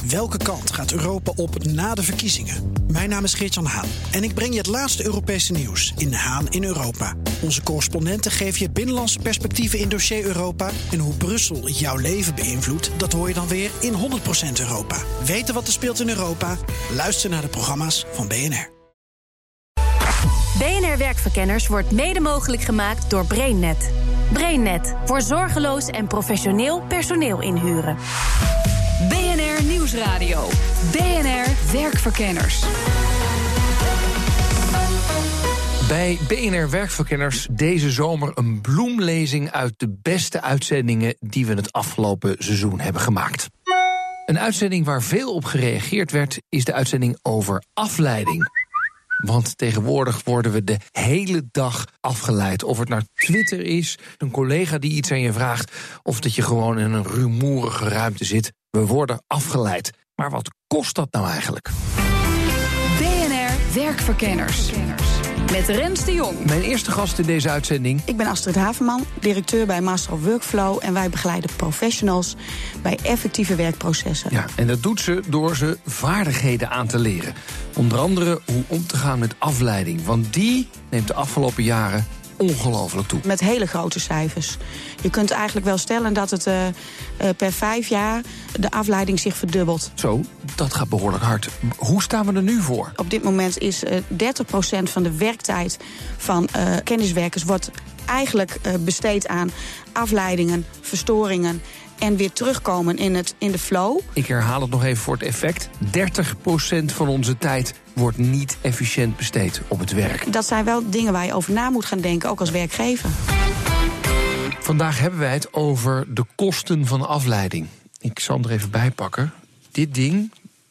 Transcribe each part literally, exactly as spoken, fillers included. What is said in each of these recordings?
Welke kant gaat Europa op na de verkiezingen? Mijn naam is Geert-Jan Haan en ik breng je het laatste Europese nieuws in Haan in Europa. Onze correspondenten geven je binnenlandse perspectieven in dossier Europa. En hoe Brussel jouw leven beïnvloedt, dat hoor je dan weer in honderd procent Europa. Weten wat er speelt in Europa? Luister naar de programma's van B N R. B N R Werkverkenners wordt mede mogelijk gemaakt door BrainNet. BrainNet, voor zorgeloos en professioneel personeel inhuren. B N R Nieuwsradio. B N R Werkverkenners. Bij B N R Werkverkenners deze zomer een bloemlezing uit de beste uitzendingen die we het afgelopen seizoen hebben gemaakt. Een uitzending waar veel op gereageerd werd is de uitzending over afleiding. Want tegenwoordig worden we de hele dag afgeleid. Of het nou Twitter is, een collega die iets aan je vraagt, of dat je gewoon in een rumoerige ruimte zit. We worden afgeleid. Maar wat kost dat nou eigenlijk? B N R Werkverkenners. Met Rens de Jong. Mijn eerste gast in deze uitzending. Ik ben Astrid Haverman, directeur bij Master of Workflow. En wij begeleiden professionals bij effectieve werkprocessen. Ja, en dat doet ze door ze vaardigheden aan te leren. Onder andere hoe om te gaan met afleiding. Want die neemt de afgelopen jaren ongelooflijk toe. Met hele grote cijfers. Je kunt eigenlijk wel stellen dat het uh, uh, per vijf jaar de afleiding zich verdubbelt. Zo, dat gaat behoorlijk hard. Hoe staan we er nu voor? Op dit moment is uh, dertig procent van de werktijd van uh, kenniswerkers wordt eigenlijk uh, besteed aan afleidingen, verstoringen en weer terugkomen in, het, in de flow. Ik herhaal het nog even voor het effect. dertig procent van onze tijd wordt niet efficiënt besteed op het werk. Dat zijn wel dingen waar je over na moet gaan denken, ook als werkgever. Vandaag hebben wij het over de kosten van afleiding. Ik zal hem er even bij pakken. Dit ding,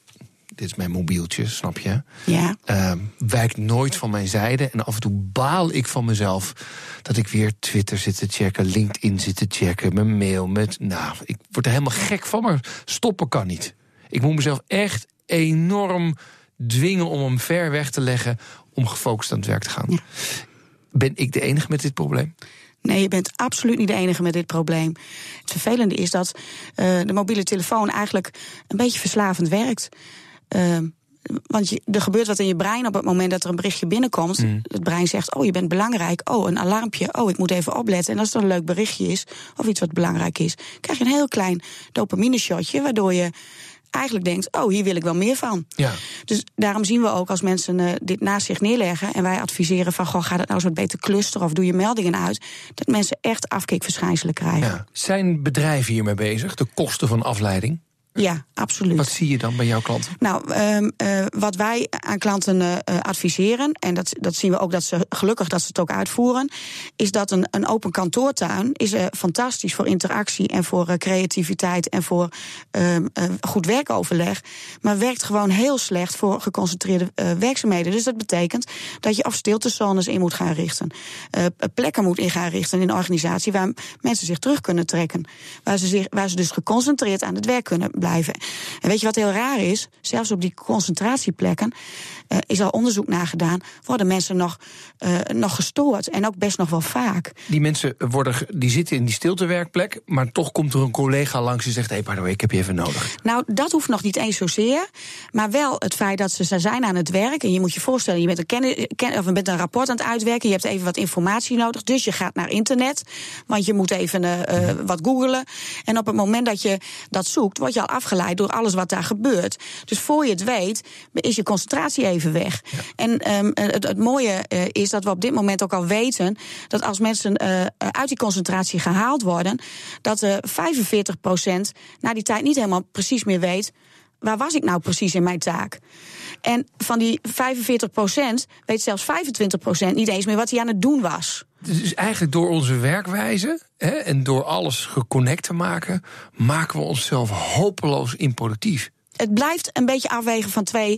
dit is mijn mobieltje, snap je? Ja. Uh, wijkt nooit van mijn zijde. En af en toe baal ik van mezelf dat ik weer Twitter zit te checken, LinkedIn zit te checken, mijn mail met. Nou, ik word er helemaal gek van, maar stoppen kan niet. Ik moet mezelf echt enorm dwingen om hem ver weg te leggen om gefocust aan het werk te gaan. Ja. Ben ik de enige met dit probleem? Nee, je bent absoluut niet de enige met dit probleem. Het vervelende is dat uh, de mobiele telefoon eigenlijk een beetje verslavend werkt. Uh, want je, er gebeurt wat in je brein op het moment dat er een berichtje binnenkomt. Mm. Het brein zegt, oh, je bent belangrijk. Oh, een alarmpje. Oh, ik moet even opletten. En als het een leuk berichtje is, of iets wat belangrijk is, krijg je een heel klein dopamine-shotje, waardoor je eigenlijk denkt, oh, hier wil ik wel meer van. Ja. Dus daarom zien we ook als mensen uh, dit naast zich neerleggen en wij adviseren van, goh, ga dat nou eens wat beter clusteren of doe je meldingen uit, dat mensen echt afkikverschijnselen krijgen. Ja. Zijn bedrijven hiermee bezig, de kosten van afleiding? Ja, absoluut. Wat zie je dan bij jouw klanten? Nou, um, uh, wat wij aan klanten uh, adviseren, en dat, dat zien we ook dat ze gelukkig dat ze het ook uitvoeren, is dat een, een open kantoortuin is uh, fantastisch voor interactie en voor uh, creativiteit en voor uh, uh, goed werkoverleg, maar werkt gewoon heel slecht voor geconcentreerde uh, werkzaamheden. Dus dat betekent dat je of stiltezones in moet gaan richten, uh, plekken moet in gaan richten in een organisatie waar mensen zich terug kunnen trekken, waar ze, zich, waar ze dus geconcentreerd aan het werk kunnen blijven. En weet je wat heel raar is? Zelfs op die concentratieplekken uh, is al onderzoek naar gedaan, worden mensen nog, uh, nog gestoord en ook best nog wel vaak. Die mensen worden, die zitten in die stiltewerkplek, maar toch komt er een collega langs die zegt, hé, hey, by the way, ik heb je even nodig. Nou, dat hoeft nog niet eens zozeer, maar wel het feit dat ze zijn aan het werk en je moet je voorstellen, je bent een, kennis, ken, of je bent een rapport aan het uitwerken, je hebt even wat informatie nodig, dus je gaat naar internet, want je moet even uh, uh, wat googlen en op het moment dat je dat zoekt, word je al afgeleid door alles wat daar gebeurt. Dus voor je het weet, is je concentratie even weg. Ja. En um, het, het mooie uh, is dat we op dit moment ook al weten dat als mensen uh, uit die concentratie gehaald worden, dat uh, vijfenveertig procent na die tijd niet helemaal precies meer weet, waar was ik nou precies in mijn taak? En van die vijfenveertig procent weet zelfs vijfentwintig procent niet eens meer wat hij aan het doen was. Dus eigenlijk door onze werkwijze hè, en door alles geconnect te maken, maken we onszelf hopeloos improductief. Het blijft een beetje afwegen van twee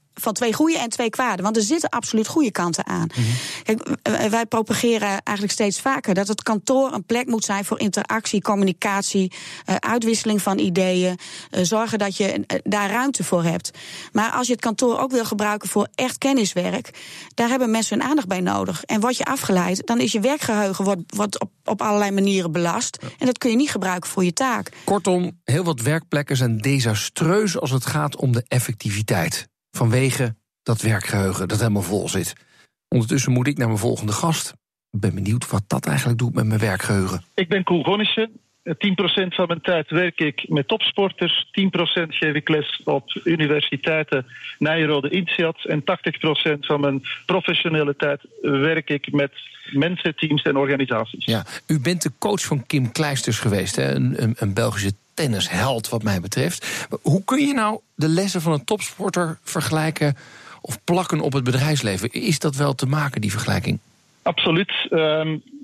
van twee goede en twee kwade. Want er zitten absoluut goede kanten aan. Mm-hmm. Kijk, wij propageren eigenlijk steeds vaker dat het kantoor een plek moet zijn voor interactie, communicatie, uh, uitwisseling van ideeën. Uh, zorgen dat je uh, daar ruimte voor hebt. Maar als je het kantoor ook wil gebruiken voor echt kenniswerk, daar hebben mensen hun aandacht bij nodig. En word je afgeleid, dan is je werkgeheugen wordt, wordt op, op allerlei manieren belast. Ja. En dat kun je niet gebruiken voor je taak. Kortom, heel wat werkplekken zijn desastreus als het gaat om de effectiviteit. Vanwege dat werkgeheugen dat helemaal vol zit. Ondertussen moet ik naar mijn volgende gast. Ik ben benieuwd wat dat eigenlijk doet met mijn werkgeheugen. Ik ben Koen Gonnissen. tien procent van mijn tijd werk ik met topsporters. tien procent geef ik les op universiteiten Nijrode Insead. En tachtig procent van mijn professionele tijd werk ik met mensen, teams en organisaties. Ja, u bent de coach van Kim Clijsters geweest, hè? Een, een, een Belgische tennisheld wat mij betreft. Hoe kun je nou de lessen van een topsporter vergelijken of plakken op het bedrijfsleven? Is dat wel te maken, die vergelijking? Absoluut. Uh,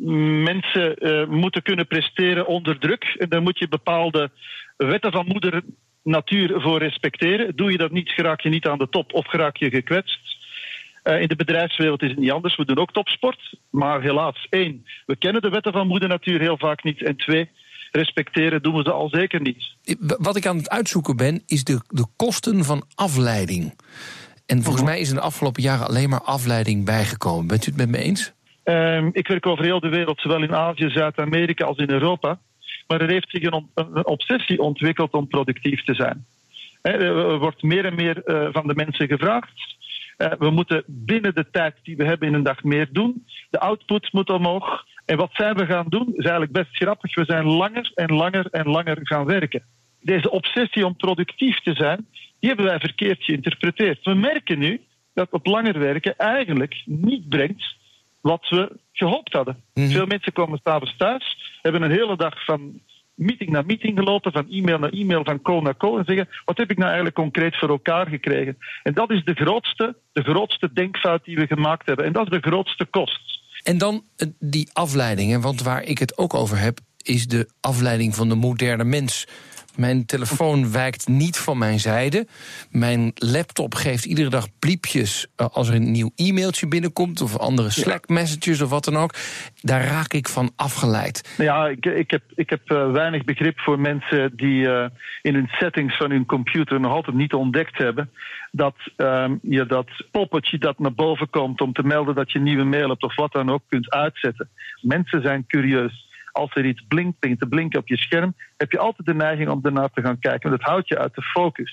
mensen uh, moeten kunnen presteren onder druk. En daar moet je bepaalde wetten van moeder natuur voor respecteren. Doe je dat niet, geraak je niet aan de top of geraak je gekwetst. Uh, in de bedrijfswereld is het niet anders. We doen ook topsport. Maar helaas, één, we kennen de wetten van moeder natuur heel vaak niet. En twee, respecteren doen we ze al zeker niet. Wat ik aan het uitzoeken ben, is de, de kosten van afleiding. En volgens mij is in de afgelopen jaren alleen maar afleiding bijgekomen. Bent u het met me eens? Um, ik werk over heel de wereld, zowel in Azië, Zuid-Amerika als in Europa. Maar er heeft zich een, een obsessie ontwikkeld om productief te zijn. He, er wordt meer en meer uh, van de mensen gevraagd. Uh, we moeten binnen de tijd die we hebben in een dag meer doen. De output moet omhoog. En wat zijn we gaan doen, is eigenlijk best grappig. We zijn langer en langer en langer gaan werken. Deze obsessie om productief te zijn, die hebben wij verkeerd geïnterpreteerd. We merken nu dat het langer werken eigenlijk niet brengt wat we gehoopt hadden. Mm-hmm. Veel mensen komen 's avonds thuis, hebben een hele dag van meeting naar meeting gelopen, van e-mail naar e-mail, van call naar call, en zeggen, wat heb ik nou eigenlijk concreet voor elkaar gekregen? En dat is de grootste, de grootste denkfout die we gemaakt hebben. En dat is de grootste kost. En dan die afleidingen, want waar ik het ook over heb, is de afleiding van de moderne mens. Mijn telefoon wijkt niet van mijn zijde. Mijn laptop geeft iedere dag bliepjes als er een nieuw e-mailtje binnenkomt, of andere Slack-messages of wat dan ook. Daar raak ik van afgeleid. Ja, ik, ik heb, ik heb uh, weinig begrip voor mensen die uh, in hun settings van hun computer nog altijd niet ontdekt hebben dat uh, je dat poppetje dat naar boven komt om te melden dat je een nieuwe mail hebt of wat dan ook kunt uitzetten. Mensen zijn curieus. Als er iets blinkt, begint te blinken op je scherm, heb je altijd de neiging om ernaar te gaan kijken. Want dat houdt je uit de focus.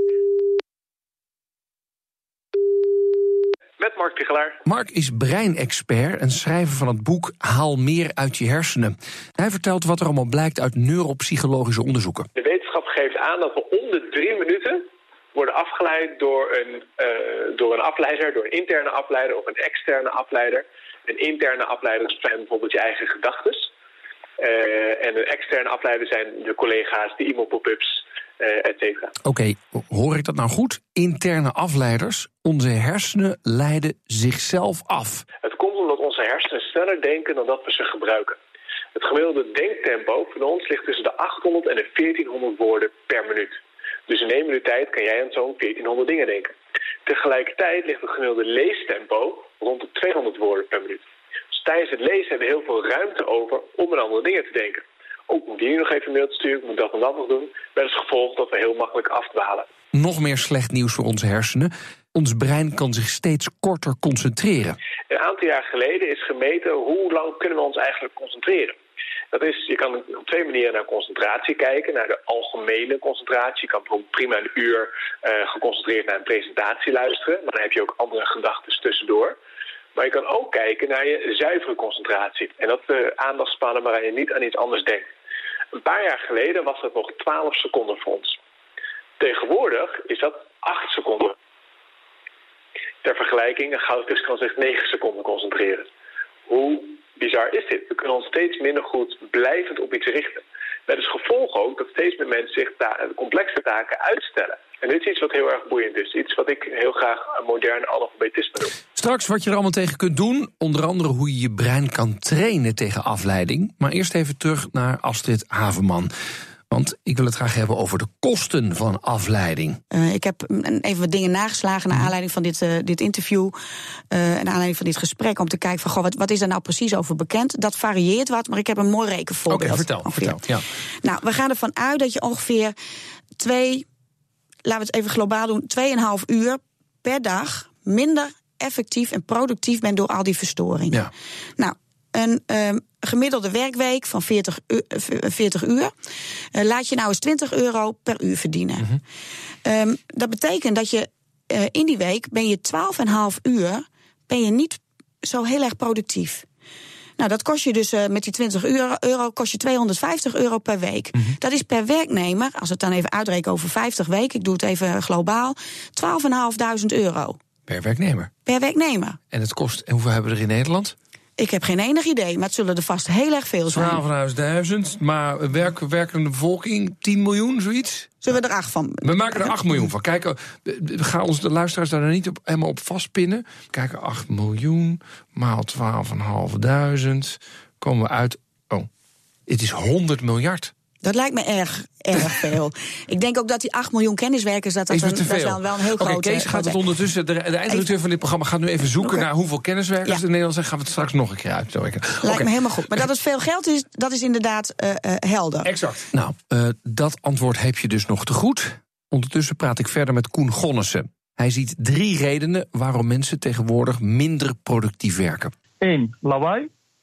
Met Mark Tichelaar. Mark is breinexpert en schrijver van het boek Haal meer uit je hersenen. Hij vertelt wat er allemaal blijkt uit neuropsychologische onderzoeken. De wetenschap geeft aan dat we om de drie minuten worden afgeleid door een, uh, door een afleider, door een interne afleider of een externe afleider. Een interne afleider zijn bijvoorbeeld je eigen gedachten. Uh, en een externe afleider zijn de collega's, de e-mail-pop-ups, uh, et cetera. Oké, okay, hoor ik dat nou goed? Interne afleiders, onze hersenen leiden zichzelf af. Het komt omdat onze hersenen sneller denken dan dat we ze gebruiken. Het gemiddelde denktempo van ons ligt tussen de achthonderd en de veertienhonderd woorden per minuut. Dus in één minuut tijd kan jij aan zo'n veertienhonderd dingen denken. Tegelijkertijd ligt het gemiddelde leestempo rond de tweehonderd woorden per minuut. Dus tijdens het lezen hebben we heel veel ruimte over om aan andere dingen te denken. Ook moet die nu nog even een mail te sturen, ik moet dat en dat nog doen. Met als gevolg dat we heel makkelijk afdwalen. Nog meer slecht nieuws voor onze hersenen. Ons brein kan zich steeds korter concentreren. Een aantal jaar geleden is gemeten hoe lang kunnen we ons eigenlijk concentreren. Dat is, je kan op twee manieren naar concentratie kijken. Naar de algemene concentratie. Je kan bijvoorbeeld prima een uur uh, geconcentreerd naar een presentatie luisteren. Maar dan heb je ook andere gedachten tussendoor. Maar je kan ook kijken naar je zuivere concentratie. En dat is de aandachtspannen waarin je niet aan iets anders denkt. Een paar jaar geleden was dat nog twaalf seconden voor ons. Tegenwoordig is dat acht seconden. Ter vergelijking, een goudvis kan zich negen seconden concentreren. Hoe bizar is dit? We kunnen ons steeds minder goed blijvend op iets richten. Met als gevolg ook dat steeds meer mensen zich ta- complexe taken uitstellen. En dit is iets wat heel erg boeiend is. Iets wat ik heel graag een modern analfabetisme noem. Straks wat je er allemaal tegen kunt doen. Onder andere hoe je je brein kan trainen tegen afleiding. Maar eerst even terug naar Astrid Haverman. Want ik wil het graag hebben over de kosten van afleiding. Uh, ik heb even wat dingen nageslagen naar aanleiding van dit, uh, dit interview. Uh, naar aanleiding van dit gesprek. Om te kijken van, goh, wat, wat is daar nou precies over bekend? Dat varieert wat, maar ik heb een mooi rekenvoorbeeld. Oké, okay, vertel, vertel. Ja. Nou, we gaan ervan uit dat je ongeveer twee, laten we het even globaal doen, tweeënhalf uur per dag minder effectief en productief bent door al die verstoringen. Ja. Nou, een um, gemiddelde werkweek van veertig, u- veertig uur. Uh, laat je nou eens twintig euro per uur verdienen. Mm-hmm. Um, dat betekent dat je uh, in die week ben je twaalf en een half uur ben je niet zo heel erg productief. Nou, dat kost je dus uh, met die twintig euro kost je tweehonderdvijftig euro per week. Mm-hmm. Dat is per werknemer, als we het dan even uitrekenen over vijftig weken, ik doe het even globaal, twaalfduizend vijfhonderd euro. Per werknemer? Per werknemer. En het kost, en hoeveel hebben we er in Nederland? Ik heb geen enig idee, maar het zullen er vast heel erg veel zijn. twaalfduizend, maar werk, werkende bevolking tien miljoen, zoiets? Zullen we er acht van? We maken er acht miljoen van. Kijk, we gaan ons de luisteraars daar niet op, helemaal op vastpinnen. Kijken, acht miljoen maal twaalfduizend. Komen we uit, oh, het is honderd miljard. Dat lijkt me erg, erg veel. Ik denk ook dat die acht miljoen kenniswerkers, dat, dat, een, dat is wel, wel een heel okay, groot... Kees gaat het ondertussen, de, de eindredacteur van dit programma gaat nu even zoeken okay. naar hoeveel kenniswerkers ja. in Nederland zijn. Gaan we het straks nog een keer uitwerken. Lijkt okay. me helemaal goed. Maar dat het veel geld is, dat is inderdaad uh, uh, helder. Exact. Nou, uh, dat antwoord heb je dus nog te goed. Ondertussen praat ik verder met Koen Gonnissen. Hij ziet drie redenen waarom mensen tegenwoordig minder productief werken. Eén, lawaai.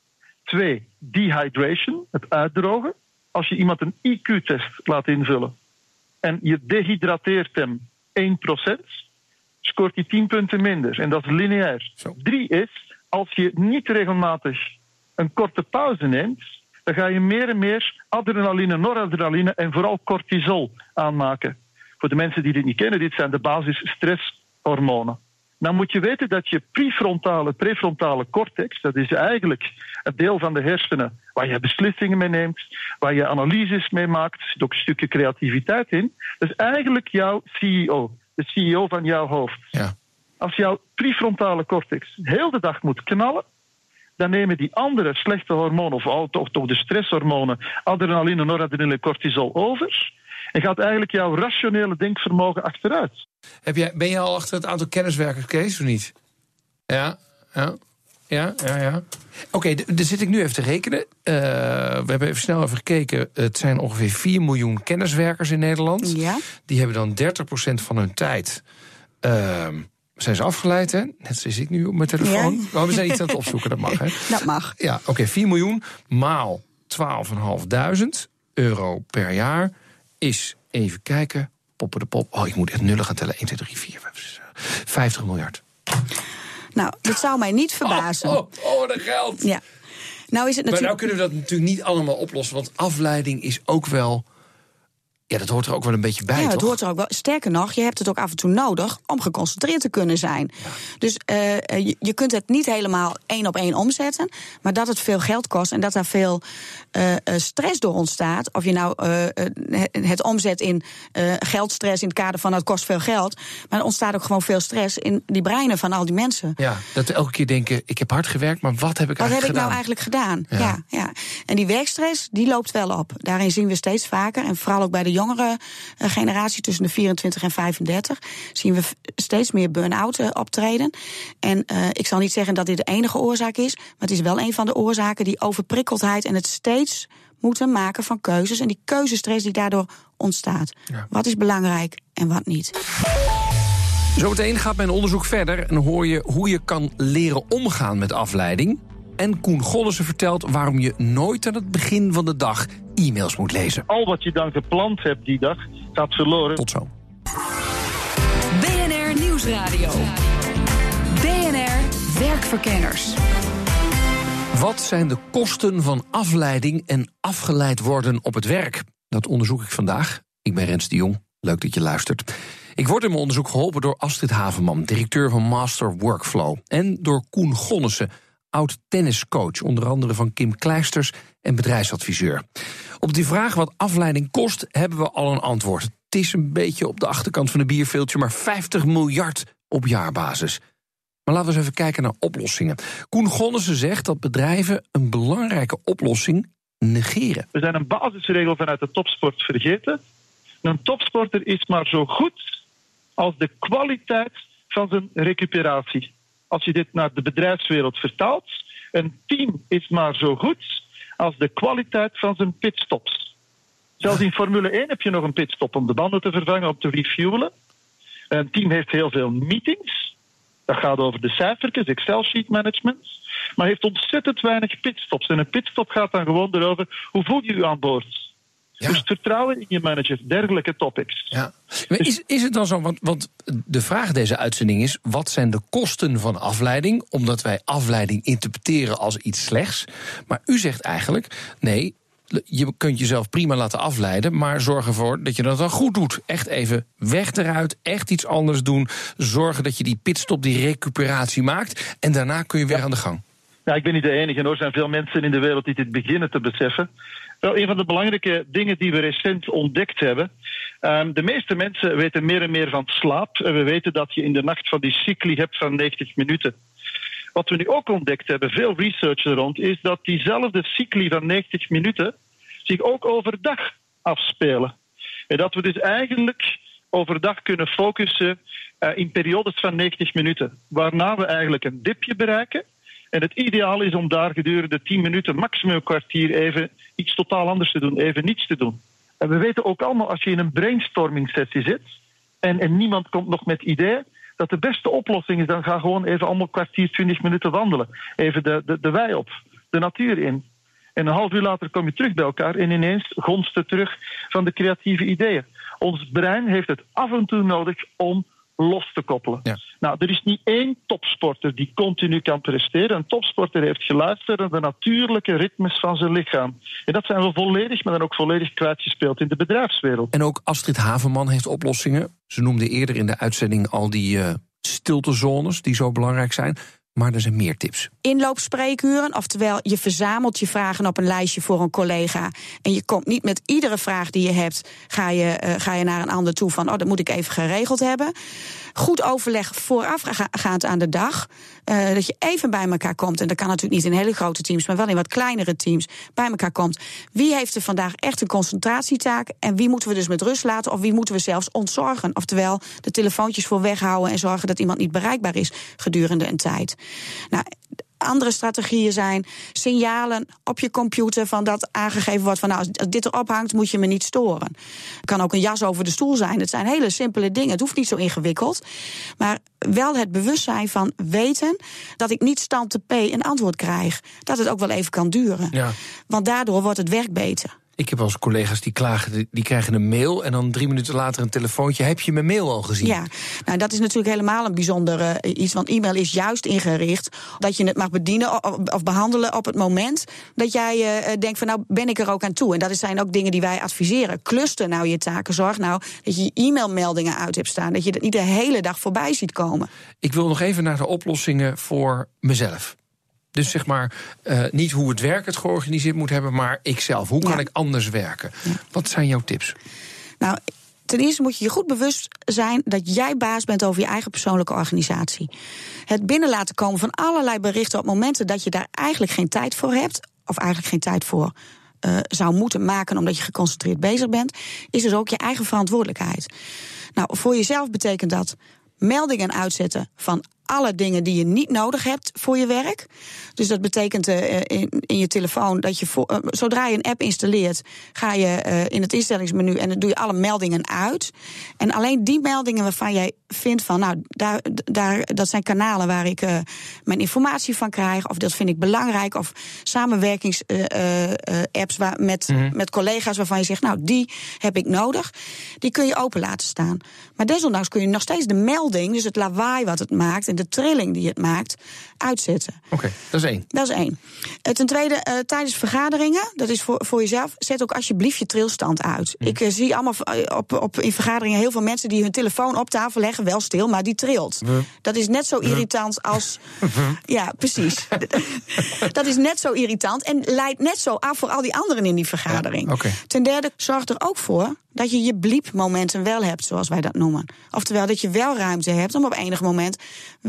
Twee, dehydration, het uitdrogen. Als je iemand een I Q-test laat invullen en je dehydrateert hem één procent, scoort hij tien punten minder. En dat is lineair. Zo. Drie is, als je niet regelmatig een korte pauze neemt, dan ga je meer en meer adrenaline, noradrenaline en vooral cortisol aanmaken. Voor de mensen die dit niet kennen, dit zijn de basis-stresshormonen. Dan moet je weten dat je prefrontale, prefrontale cortex, dat is eigenlijk het deel van de hersenen waar je beslissingen mee neemt, waar je analyses mee maakt, er zit ook een stukje creativiteit in. Dat is eigenlijk jouw C E O, de C E O van jouw hoofd. Ja. Als jouw prefrontale cortex heel de dag moet knallen, dan nemen die andere slechte hormonen, of toch, toch de stresshormonen, adrenaline, noradrenaline, cortisol over, en gaat eigenlijk jouw rationele denkvermogen achteruit. Heb jij, ben je al achter het aantal kenniswerkers, Kees, of niet? Ja, ja, ja, ja. ja. Oké, okay, daar zit ik nu even te rekenen. Uh, we hebben even snel even gekeken. Het zijn ongeveer vier miljoen kenniswerkers in Nederland. Ja. Die hebben dan dertig procent van hun tijd... Uh, zijn ze afgeleid, hè? Net zoals ik nu op mijn telefoon. Ja. Oh, we zijn iets aan het opzoeken, dat mag, hè? Dat mag. Ja, oké, okay, vier miljoen maal twaalfduizend vijfhonderd euro per jaar is, even kijken, poppen de pop. Oh, ik moet echt nullen gaan tellen. één, twee, drie, vier, vijf, vijftig miljard. Nou, dat zou mij niet verbazen. Oh, oh, oh dat geld. Ja. Nou is het natuurlijk... Maar nou kunnen we dat natuurlijk niet allemaal oplossen, want afleiding is ook wel... Ja, dat hoort er ook wel een beetje bij, ja, het toch? hoort er ook wel. Sterker nog, je hebt het ook af en toe nodig om geconcentreerd te kunnen zijn. Ja. Dus uh, je, je kunt het niet helemaal één op één omzetten, maar dat het veel geld kost en dat daar veel uh, stress door ontstaat. Of je nou uh, het omzet in uh, geldstress in het kader van het kost veel geld, maar er ontstaat ook gewoon veel stress in die breinen van al die mensen. Ja, dat we elke keer denken, ik heb hard gewerkt, maar wat heb ik wat eigenlijk heb gedaan? Wat heb ik nou eigenlijk gedaan? Ja. Ja, ja. En die werkstress, die loopt wel op. Daarin zien we steeds vaker, en vooral ook bij de jongere generatie tussen de vierentwintig en vijfendertig... zien we steeds meer burn-out uh, optreden. En uh, ik zal niet zeggen dat dit de enige oorzaak is, maar het is wel een van de oorzaken, die overprikkeldheid en het steeds moeten maken van keuzes en die keuzestress die daardoor ontstaat. Ja. Wat is belangrijk en wat niet? Zometeen gaat mijn onderzoek verder en hoor je hoe je kan leren omgaan met afleiding. En Koen Gonnissen vertelt waarom je nooit aan het begin van de dag e-mails moet lezen. Al wat je dan gepland hebt die dag, gaat verloren. Tot zo. B N R Nieuwsradio. B N R Werkverkenners. Wat zijn de kosten van afleiding en afgeleid worden op het werk? Dat onderzoek ik vandaag. Ik ben Rens de Jong. Leuk dat je luistert. Ik word in mijn onderzoek geholpen door Astrid Haverman, directeur van Master Workflow. En door Koen Gonnissen, oud-tenniscoach, onder andere van Kim Kleisters en bedrijfsadviseur. Op die vraag wat afleiding kost, hebben we al een antwoord. Het is een beetje op de achterkant van een bierveeltje, maar vijftig miljard op jaarbasis. Maar laten we eens even kijken naar oplossingen. Koen Gonnissen zegt dat bedrijven een belangrijke oplossing negeren. We zijn een basisregel vanuit de topsport vergeten. Een topsporter is maar zo goed als de kwaliteit van zijn recuperatie. Als je dit naar de bedrijfswereld vertaalt, een team is maar zo goed als de kwaliteit van zijn pitstops. Zelfs in Formule één heb je nog een pitstop om de banden te vervangen, om te refuelen. Een team heeft heel veel meetings. Dat gaat over de cijfertjes, Excel-sheet management. Maar heeft ontzettend weinig pitstops. En een pitstop gaat dan gewoon erover, hoe voel je je aan boord? Ja. Dus vertrouwen in je manager, dergelijke topics. Ja. Maar is, is het dan zo, want, want de vraag deze uitzending is, wat zijn de kosten van afleiding? Omdat wij afleiding interpreteren als iets slechts. Maar u zegt eigenlijk, nee, je kunt jezelf prima laten afleiden, maar zorg ervoor dat je dat dan goed doet. Echt even weg eruit, echt iets anders doen. Zorgen dat je die pitstop, die recuperatie maakt. En daarna kun je weer ja. aan de gang. Ja, ik ben niet de enige, hoor. Er zijn veel mensen in de wereld die dit beginnen te beseffen. Wel, een van de belangrijke dingen die we recent ontdekt hebben. Um, de meeste mensen weten meer en meer van slaap. En we weten dat je in de nacht van die cycli hebt van negentig minuten. Wat we nu ook ontdekt hebben, veel research er rond, is dat diezelfde cycli van negentig minuten zich ook overdag afspelen. En dat we dus eigenlijk overdag kunnen focussen uh, in periodes van negentig minuten. Waarna we eigenlijk een dipje bereiken. En het ideaal is om daar gedurende tien minuten, maximum een kwartier, even iets totaal anders te doen, even niets te doen. En we weten ook allemaal, als je in een brainstorming sessie zit en, en niemand komt nog met ideeën, dat de beste oplossing is, dan ga gewoon even allemaal kwartier, twintig minuten wandelen. Even de, de, de wei op, de natuur in. En een half uur later kom je terug bij elkaar en ineens gonst het terug van de creatieve ideeën. Ons brein heeft het af en toe nodig om los te koppelen. Ja. Nou, er is niet één topsporter die continu kan presteren. Een topsporter heeft geluisterd naar de natuurlijke ritmes van zijn lichaam. En dat zijn we volledig, maar dan ook volledig kwijtgespeeld in de bedrijfswereld. En ook Astrid Haverman heeft oplossingen. Ze noemde eerder in de uitzending al die uh, stiltezones die zo belangrijk zijn. Maar er zijn meer tips. Inloopspreekuren, oftewel je verzamelt je vragen op een lijstje voor een collega. En je komt niet met iedere vraag die je hebt, ga je, uh, ga je naar een ander toe van, oh, dat moet ik even geregeld hebben. Goed overleg voorafgaand aan de dag. Uh, dat je even bij elkaar komt. En dat kan natuurlijk niet in hele grote teams, maar wel in wat kleinere teams bij elkaar komt. Wie heeft er vandaag echt een concentratietaak? En wie moeten we dus met rust laten? Of wie moeten we zelfs ontzorgen? Oftewel de telefoontjes voor weghouden en zorgen dat iemand niet bereikbaar is gedurende een tijd. Nou, andere strategieën zijn signalen op je computer van dat aangegeven wordt van, nou, als dit erop hangt, moet je me niet storen. Het kan ook een jas over de stoel zijn. Het zijn hele simpele dingen. Het hoeft niet zo ingewikkeld. Maar wel het bewustzijn van weten dat ik niet stand te P een antwoord krijg. Dat het ook wel even kan duren. Ja. Want daardoor wordt het werk beter. Ik heb wel eens collega's die klagen, die krijgen een mail en dan drie minuten later een telefoontje. Heb je mijn mail al gezien? Ja, nou dat is natuurlijk helemaal een bijzonder uh, iets. Want e-mail is juist ingericht dat je het mag bedienen of, of behandelen op het moment dat jij uh, denkt van, nou ben ik er ook aan toe. En dat zijn ook dingen die wij adviseren. Cluster nou je taken. Zorg nou dat je je e-mailmeldingen uit hebt staan. Dat je dat niet de hele dag voorbij ziet komen. Ik wil nog even naar de oplossingen voor mezelf. Dus zeg maar, uh, niet hoe het werk het georganiseerd moet hebben, maar ikzelf. Hoe kan ja. ik anders werken? Ja. Wat zijn jouw tips? Nou, ten eerste moet je je goed bewust zijn dat jij baas bent over je eigen persoonlijke organisatie. Het binnen laten komen van allerlei berichten op momenten dat je daar eigenlijk geen tijd voor hebt, of eigenlijk geen tijd voor uh, zou moeten maken omdat je geconcentreerd bezig bent, is dus ook je eigen verantwoordelijkheid. Nou, voor jezelf betekent dat meldingen uitzetten van alle dingen die je niet nodig hebt voor je werk. Dus dat betekent uh, in, in je telefoon dat je voor, uh, zodra je een app installeert, ga je uh, in het instellingsmenu en dan doe je alle meldingen uit. En alleen die meldingen waarvan jij vindt van, nou, daar, daar, dat zijn kanalen waar ik uh, mijn informatie van krijg, of dat vind ik belangrijk, of samenwerkingsapps uh, uh, waar, met, mm-hmm. met collega's waarvan je zegt, nou, die heb ik nodig. Die kun je open laten staan. Maar desondanks kun je nog steeds de melding, dus het lawaai wat het maakt en de trilling die het maakt, uitzetten. Oké, okay, dat is één. Dat is één. Uh, ten tweede, uh, tijdens vergaderingen, dat is voor, voor jezelf, zet ook alsjeblieft je trilstand uit. Mm. Ik uh, zie allemaal op, op, in vergaderingen heel veel mensen die hun telefoon op tafel leggen, wel stil, maar die trilt. Mm. Dat is net zo mm. irritant als... Mm. Ja, precies. Dat is net zo irritant en leidt net zo af voor al die anderen in die vergadering. Ja, okay. Ten derde, zorg er ook voor dat je je bliepmomenten wel hebt, zoals wij dat noemen. Oftewel dat je wel ruimte hebt om op enig moment wel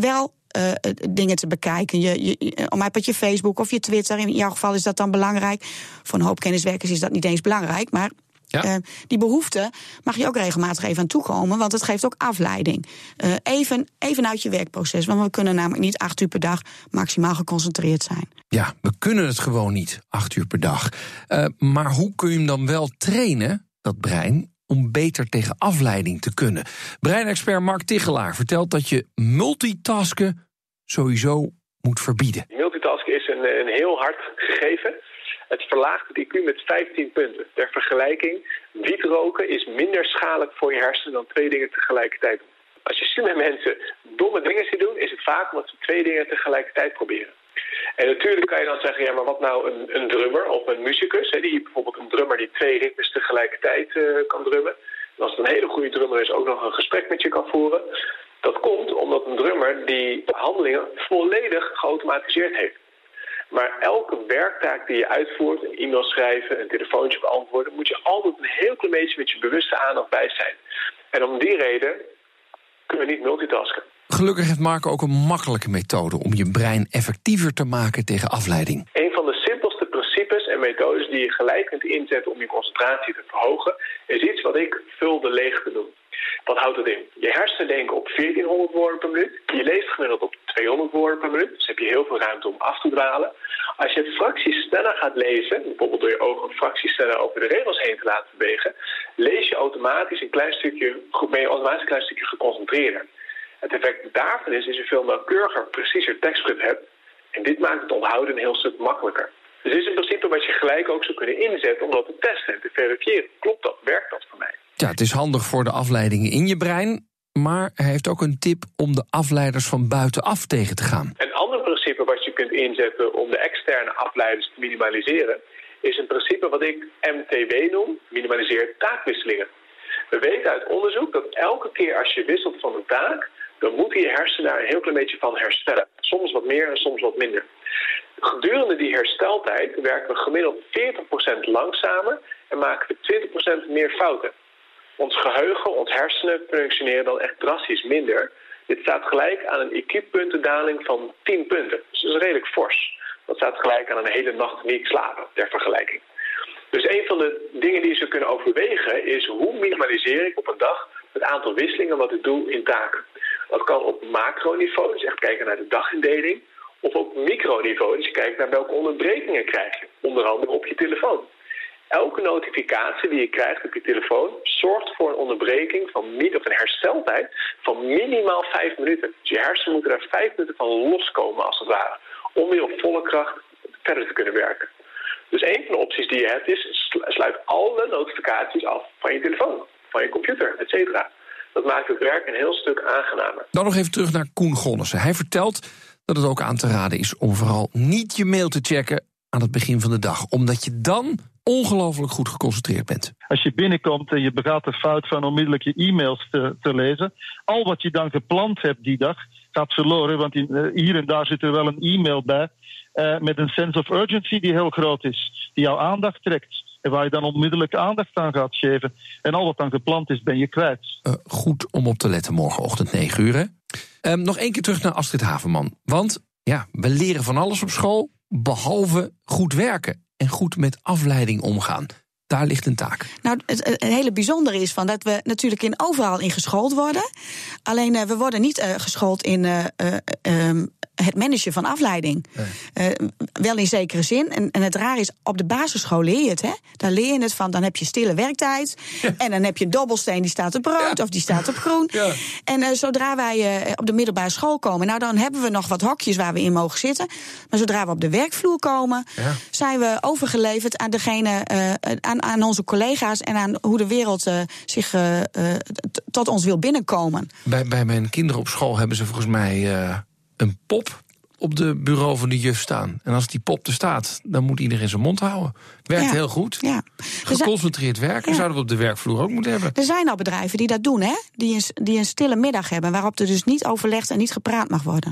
uh, dingen te bekijken. Je, je, om op je Facebook of je Twitter, in jouw geval is dat dan belangrijk. Voor een hoop kenniswerkers is dat niet eens belangrijk, maar ja. uh, die behoefte mag je ook regelmatig even aan toekomen, want het geeft ook afleiding. Uh, even, even uit je werkproces, want we kunnen namelijk niet acht uur per dag maximaal geconcentreerd zijn. Ja, we kunnen het gewoon niet, acht uur per dag. Uh, maar hoe kun je hem dan wel trainen, dat brein, om beter tegen afleiding te kunnen? Breinexpert Mark Tichelaar vertelt dat je multitasken sowieso moet verbieden. Multitasken is een, een heel hard gegeven. Het verlaagt het I Q met vijftien punten. Ter vergelijking, wietroken is minder schadelijk voor je hersenen dan twee dingen tegelijkertijd doen. Als je slimme mensen domme dingen ziet doen, is het vaak omdat ze twee dingen tegelijkertijd proberen. En natuurlijk kan je dan zeggen, ja, maar wat nou een, een drummer of een muzikus? Hè, die, bijvoorbeeld een drummer die twee ritmes tegelijkertijd uh, kan drummen. En als het een hele goede drummer is, ook nog een gesprek met je kan voeren. Dat komt omdat een drummer die handelingen volledig geautomatiseerd heeft. Maar elke werktaak die je uitvoert, een e-mail schrijven, een telefoontje beantwoorden, moet je altijd een heel klein beetje met je bewuste aandacht bij zijn. En om die reden kunnen we niet multitasken. Gelukkig heeft Mark ook een makkelijke methode om je brein effectiever te maken tegen afleiding. Een van de simpelste principes en methodes die je gelijk kunt inzetten om je concentratie te verhogen, is iets wat ik vul de leegte noem. Wat houdt het in? Je hersenen denken op veertienhonderd woorden per minuut. Je leest gemiddeld op tweehonderd woorden per minuut. Dus heb je heel veel ruimte om af te dwalen. Als je het fracties sneller gaat lezen, bijvoorbeeld door je ogen een fractie sneller over de regels heen te laten bewegen, lees je automatisch een klein stukje, ben je automatisch een klein stukje geconcentreerder. Het effect daarvan is dat je veel nauwkeuriger, preciezer tekstschrift hebt. En dit maakt het onthouden een heel stuk makkelijker. Dus dit is in principe wat je gelijk ook zou kunnen inzetten om dat te testen en te verifiëren. Klopt dat? Werkt dat voor mij? Ja, het is handig voor de afleidingen in je brein, maar hij heeft ook een tip om de afleiders van buitenaf tegen te gaan. Een ander principe wat je kunt inzetten om de externe afleiders te minimaliseren, is een principe wat ik M T W noem, minimaliseer taakwisselingen. We weten uit onderzoek dat elke keer als je wisselt van een taak, dan moeten je hersenen daar een heel klein beetje van herstellen. Soms wat meer en soms wat minder. Gedurende die hersteltijd werken we gemiddeld veertig procent langzamer en maken we twintig procent meer fouten. Ons geheugen, ons hersenen functioneren dan echt drastisch minder. Dit staat gelijk aan een I Q-puntendaling van tien punten. Dus dat is redelijk fors. Dat staat gelijk aan een hele nacht niet slapen, ter vergelijking. Dus een van de dingen die ze kunnen overwegen is hoe minimaliseer ik op een dag het aantal wisselingen wat ik doe in taken. Dat kan op macroniveau, dus echt kijken naar de dagindeling, of op microniveau, dus je kijkt naar welke onderbrekingen krijg je, onder andere op je telefoon. Elke notificatie die je krijgt op je telefoon zorgt voor een onderbreking van of een hersteltijd van minimaal vijf minuten. Dus je hersenen moeten er vijf minuten van loskomen als het ware, om weer op volle kracht verder te kunnen werken. Dus een van de opties die je hebt is, sluit alle notificaties af van je telefoon, van je computer, et cetera. Dat maakt het werk een heel stuk aangenamer. Dan nog even terug naar Koen Gonnissen. Hij vertelt dat het ook aan te raden is om vooral niet je mail te checken aan het begin van de dag, omdat je dan ongelooflijk goed geconcentreerd bent. Als je binnenkomt en je begaat de fout van onmiddellijk je e-mails te, te lezen, al wat je dan gepland hebt die dag gaat verloren, want in, uh, hier en daar zit er wel een e-mail bij uh, met een sense of urgency die heel groot is, die jouw aandacht trekt en waar je dan onmiddellijk aandacht aan gaat geven. En al wat dan gepland is, ben je kwijt. Uh, goed om op te letten morgenochtend negen uur. Hè? Um, nog één keer terug naar Astrid Haverman. Want ja, we leren van alles op school, behalve goed werken en goed met afleiding omgaan. Daar ligt een taak. Nou, het, het hele bijzondere is van dat we natuurlijk in overal in geschoold worden. Alleen uh, we worden niet uh, geschoold in uh, uh, um, het managen van afleiding. Nee. Uh, wel in zekere zin. En, en het raar is, op de basisschool leer je het. Hè? Daar leer je het van, dan heb je stille werktijd. Ja. En dan heb je een dobbelsteen die staat op rood, ja, of die staat op groen. Ja. En uh, zodra wij uh, op de middelbare school komen, nou dan hebben we nog wat hokjes waar we in mogen zitten. Maar zodra we op de werkvloer komen, ja, zijn we overgeleverd aan degene, uh, aan, aan onze collega's en aan hoe de wereld uh, zich uh, uh, t- tot ons wil binnenkomen. Bij, bij mijn kinderen op school hebben ze volgens mij uh, een pop op de bureau van de juf staan. En als die pop er staat, dan moet iedereen zijn mond houden. Werkt ja. heel goed. Ja. Geconcentreerd werken, ja, zouden we op de werkvloer ook moeten hebben. Er zijn al bedrijven die dat doen, hè? Die een, die een stille middag hebben, waarop er dus niet overlegd en niet gepraat mag worden.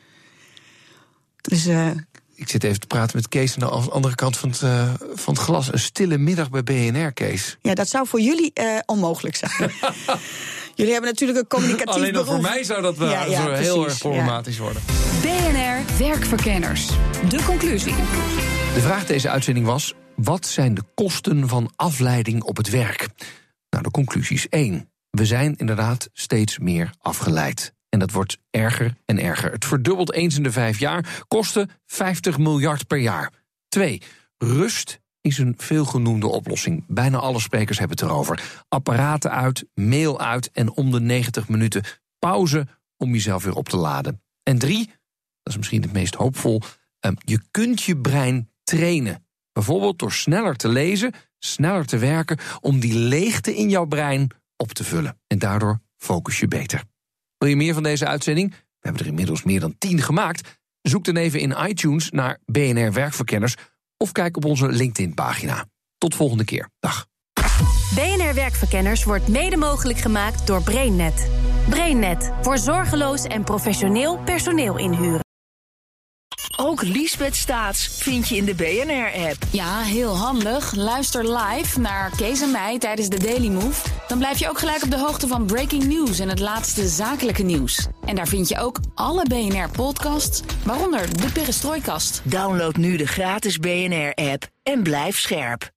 Dus uh, ik zit even te praten met Kees aan de andere kant van het, uh, van het glas. Een stille middag bij B N R, Kees. Ja, dat zou voor jullie uh, onmogelijk zijn. Jullie hebben natuurlijk een communicatief Alleen dat beroep. voor mij zou dat wel Ja, ja, zo heel precies, erg problematisch worden. B N R Werkverkenners. De conclusie. De vraag deze uitzending was: wat zijn de kosten van afleiding op het werk? Nou, de conclusie is één. We zijn inderdaad steeds meer afgeleid. En dat wordt erger en erger. Het verdubbelt eens in de vijf jaar, kosten vijftig miljard per jaar. Twee, rust is een veelgenoemde oplossing. Bijna alle sprekers hebben het erover. Apparaten uit, mail uit en om de negentig minuten pauze om jezelf weer op te laden. En drie, dat is misschien het meest hoopvol, um, je kunt je brein trainen. Bijvoorbeeld door sneller te lezen, sneller te werken, om die leegte in jouw brein op te vullen. En daardoor focus je beter. Wil je meer van deze uitzending? We hebben er inmiddels meer dan tien gemaakt. Zoek dan even in iTunes naar B N R Werkverkenners of kijk op onze LinkedIn-pagina. Tot volgende keer. Dag. B N R Werkverkenners wordt mede mogelijk gemaakt door BrainNet. BrainNet, voor zorgeloos en professioneel personeel inhuren. Ook Liesbeth Staats vind je in de B N R-app. Ja, heel handig. Luister live naar Kees en mij tijdens de Daily Move. Dan blijf je ook gelijk op de hoogte van breaking news en het laatste zakelijke nieuws. En daar vind je ook alle B N R-podcasts, waaronder de Perestrooikast. Download nu de gratis B N R-app en blijf scherp.